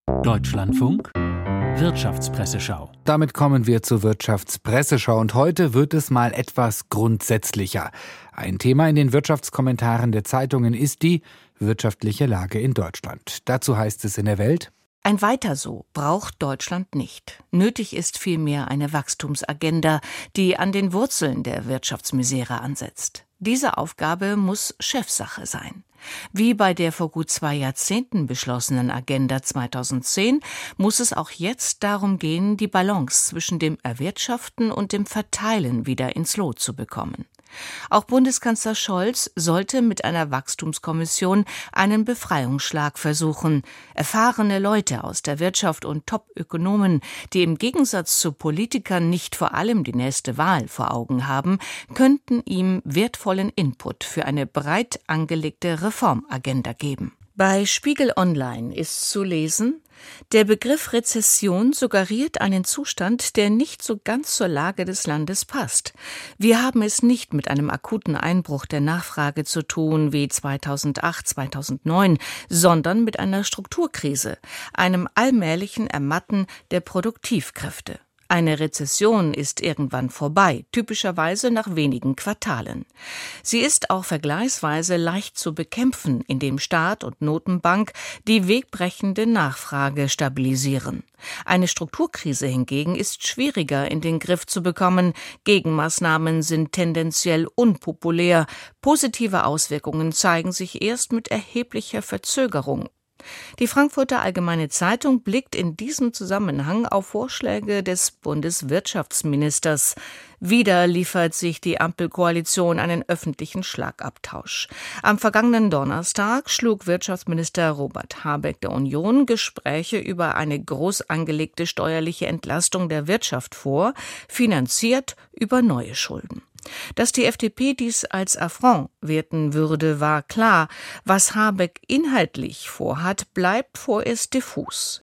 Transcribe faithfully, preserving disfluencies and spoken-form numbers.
Deutschlandfunk Wirtschaftspresseschau. Damit kommen wir zur Wirtschaftspresseschau und heute wird es mal etwas grundsätzlicher. Ein Thema in den Wirtschaftskommentaren der Zeitungen ist die wirtschaftliche Lage in Deutschland. Dazu heißt es in der Welt: Ein Weiter so braucht Deutschland nicht. Nötig ist vielmehr eine Wachstumsagenda, die an den Wurzeln der Wirtschaftsmisere ansetzt. Diese Aufgabe muss Chefsache sein. Wie bei der vor gut zwei Jahrzehnten beschlossenen Agenda zweitausendzehn muss es auch jetzt darum gehen, die Balance zwischen dem Erwirtschaften und dem Verteilen wieder ins Lot zu bekommen. Auch Bundeskanzler Scholz sollte mit einer Wachstumskommission einen Befreiungsschlag versuchen. Erfahrene Leute aus der Wirtschaft und Top-Ökonomen, die im Gegensatz zu Politikern nicht vor allem die nächste Wahl vor Augen haben, könnten ihm wertvollen Input für eine breit angelegte Reformagenda geben. Bei Spiegel Online ist zu lesen: Der Begriff Rezession suggeriert einen Zustand, der nicht so ganz zur Lage des Landes passt. Wir haben es nicht mit einem akuten Einbruch der Nachfrage zu tun wie zweitausendacht, zweitausendneun, sondern mit einer Strukturkrise, einem allmählichen Ermatten der Produktivkräfte. Eine Rezession ist irgendwann vorbei, typischerweise nach wenigen Quartalen. Sie ist auch vergleichsweise leicht zu bekämpfen, indem Staat und Notenbank die wegbrechende Nachfrage stabilisieren. Eine Strukturkrise hingegen ist schwieriger in den Griff zu bekommen. Gegenmaßnahmen sind tendenziell unpopulär. Positive Auswirkungen zeigen sich erst mit erheblicher Verzögerung. Die Frankfurter Allgemeine Zeitung blickt in diesem Zusammenhang auf Vorschläge des Bundeswirtschaftsministers. Wieder liefert sich die Ampelkoalition einen öffentlichen Schlagabtausch. Am vergangenen Donnerstag schlug Wirtschaftsminister Robert Habeck der Union Gespräche über eine groß angelegte steuerliche Entlastung der Wirtschaft vor, finanziert über neue Schulden. Dass die F D P dies als Affront werten würde, war klar. Was Habeck inhaltlich vorhat, bleibt vorerst diffus.